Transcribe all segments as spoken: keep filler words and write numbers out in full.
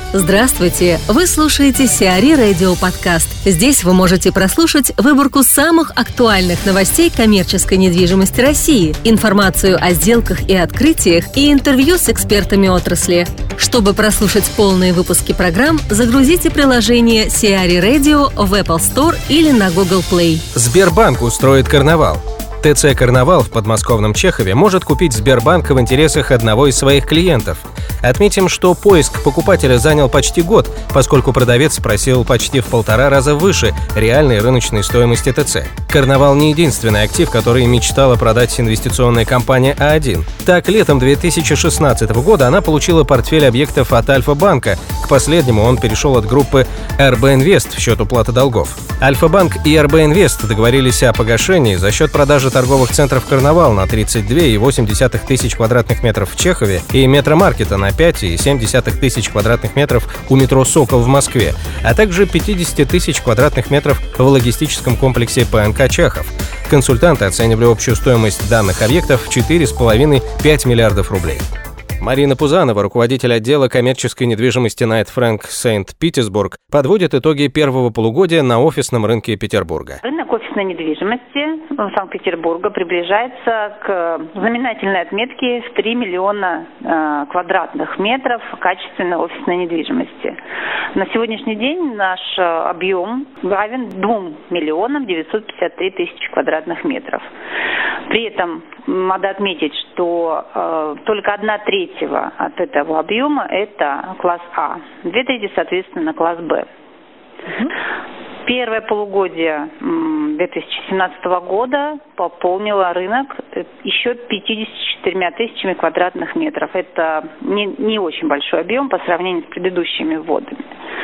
Здравствуйте! Вы слушаете Сиари Радио Подкаст. Здесь вы можете прослушать выборку самых актуальных новостей коммерческой недвижимости России, информацию о сделках и открытиях и интервью с экспертами отрасли. Чтобы прослушать полные выпуски программ, загрузите приложение Сиари Radio в Apple Store или на Google Play. Сбербанк устроит карнавал. ТЦ «Карнавал» в подмосковном Чехове может купить Сбербанк в интересах одного из своих клиентов. Отметим, что поиск покупателя занял почти год, поскольку продавец просил почти в полтора раза выше реальной рыночной стоимости ТЦ. «Карнавал» не единственный актив, который мечтала продать инвестиционная компания А один. Так, летом две тысячи шестнадцатого года она получила портфель объектов от Альфа-банка. К последнему он перешел от группы эр бэ Инвест в счет уплаты долгов. Альфа-банк и эр бэ Инвест договорились о погашении за счет продажи торговых центров «Карнавал» на тридцать две целых восемь десятых тысяч квадратных метров в Чехове и Метромаркета на пять целых семь десятых тысяч квадратных метров у метро «Сокол» в Москве, а также пятьдесят тысяч квадратных метров в логистическом комплексе пэ эн ка «Чехов». Консультанты оценивали общую стоимость данных объектов в четыре с половиной - пять миллиардов рублей. Марина Пузанова, руководитель отдела коммерческой недвижимости Knight Frank Санкт-Петербург, подводит итоги первого полугодия на офисном рынке Петербурга. Рынок офисной недвижимости Санкт-Петербурга приближается к знаменательной отметке в три миллиона э, квадратных метров качественной офисной недвижимости. На сегодняшний день наш объем равен двум миллионам девятьсот пятьдесят три тысячи квадратных метров. При этом надо отметить, что э, только одна треть от этого объема это класс А, две трети, соответственно, класс Б. Uh-huh. Первое полугодие две тысячи семнадцатого года пополнило рынок еще пятьюдесятью четырьмя тысячами квадратных метров. Это не, не очень большой объем по сравнению с предыдущими вводами.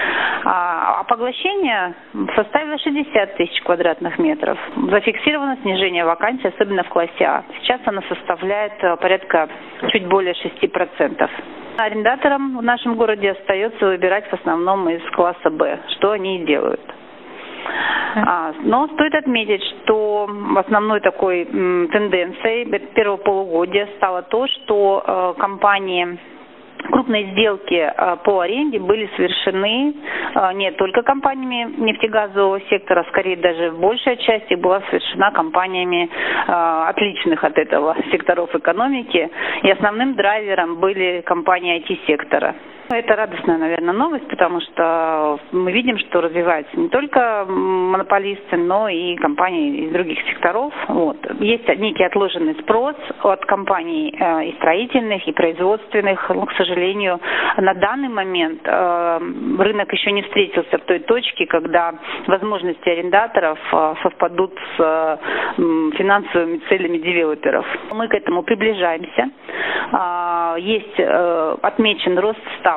А, а поглощение составило шестьдесят тысяч квадратных метров. Зафиксировано снижение вакансий, особенно в классе А. Сейчас оно составляет порядка чуть более шести процентов. Арендаторам в нашем городе остается выбирать в основном из класса Б, что они и делают. Но стоит отметить, что основной такой м, тенденцией первого полугодия стало то, что э, компании, крупные сделки э, по аренде были совершены э, не только компаниями нефтегазового сектора, скорее даже большая часть их была совершена компаниями э, отличных от этого секторов экономики, и основным драйвером были компании ай ти-сектора. Это радостная, наверное, новость, потому что мы видим, что развиваются не только монополисты, но и компании из других секторов. Вот. Есть некий отложенный спрос от компаний э, и строительных, и производственных. Но, к сожалению, на данный момент э, рынок еще не встретился в той точке, когда возможности арендаторов э, совпадут с э, финансовыми целями девелоперов. Мы к этому приближаемся. Э, есть э, отмечен рост ставок.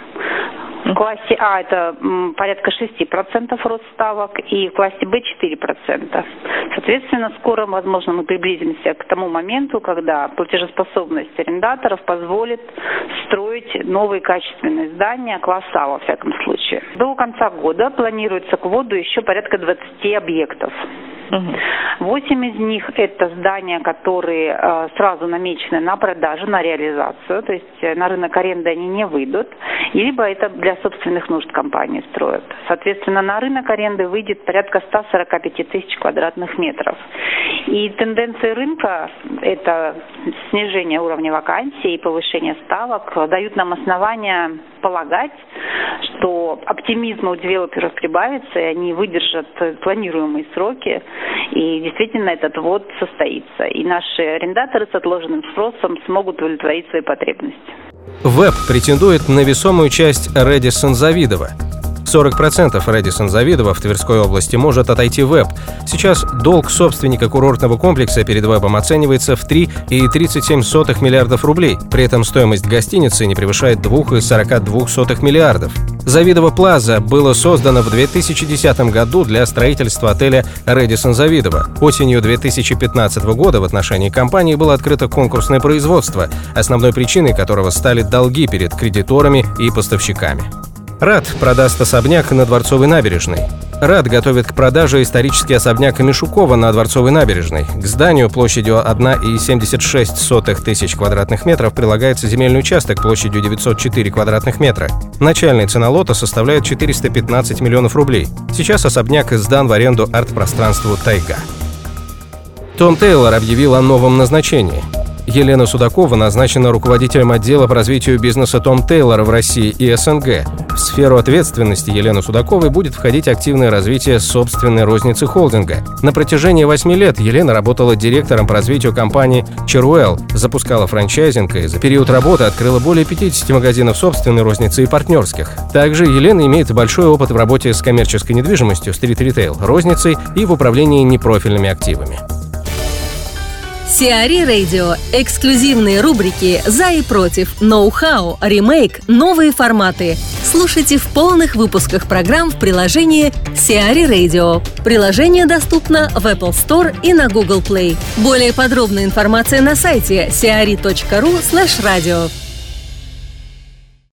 В классе А это м, порядка шесть процентов рост ставок, и в классе Б четыре процента. Соответственно, скоро, возможно, мы приблизимся к тому моменту, когда платежеспособность арендаторов позволит строить новые качественные здания класса А, во всяком случае. До конца года планируется к вводу еще порядка двадцати объектов. Восемь из них это здания, которые э, сразу намечены на продажу, на реализацию, то есть э, на рынок аренды они не выйдут, либо это для собственных нужд компании строят. Соответственно, на рынок аренды выйдет порядка ста сорока пяти тысяч квадратных метров. И тенденции рынка, это снижение уровня вакансий и повышение ставок, дают нам основания полагать, что оптимизма у девелоперов прибавится, и они выдержат планируемые сроки, и действительно этот ввод состоится. И наши арендаторы с отложенным спросом смогут удовлетворить свои потребности. ВЭП претендует на весомую часть Рэдиссон Завидово. сорок процентов Рэдиссон Завидово в Тверской области может отойти ВЭП. Сейчас долг собственника курортного комплекса перед ВЭПом оценивается в три целых тридцать семь сотых миллиардов рублей. При этом стоимость гостиницы не превышает двух целых сорока двух сотых миллиардов. Завидово Плаза было создано в две тысячи десятом году для строительства отеля Рэдиссон Завидово. Осенью две тысячи пятнадцатого года в отношении компании было открыто конкурсное производство, основной причиной которого стали долги перед кредиторами и поставщиками. РАД продаст особняк на Дворцовой набережной. РАД готовит к продаже исторический особняк Мишукова на Дворцовой набережной. К зданию площадью одна целая семьдесят шесть сотых тысяч квадратных метров прилагается земельный участок площадью девятьсот четыре квадратных метра. Начальная цена лота составляет четыреста пятнадцать миллионов рублей. Сейчас особняк сдан в аренду арт-пространству «Тайга». Том Тейлор объявил о новом назначении. Елена Судакова назначена руководителем отдела по развитию бизнеса Том Тейлор в России и СНГ. В сферу ответственности Елены Судаковой будет входить активное развитие собственной розницы холдинга. На протяжении восьми лет Елена работала директором по развитию компании Cheruel, запускала франчайзинг и за период работы открыла более пятидесяти магазинов собственной розницы и партнерских. Также Елена имеет большой опыт в работе с коммерческой недвижимостью, стрит-ритейл, розницей и в управлении непрофильными активами. Сиари Radio. Эксклюзивные рубрики «За и против», «Ноу-хау», «Ремейк», «Новые форматы». Слушайте в полных выпусках программ в приложении Сиари Radio. Приложение доступно в Apple Store и на Google Play. Более подробная информация на сайте сиари точка ру слэш радио.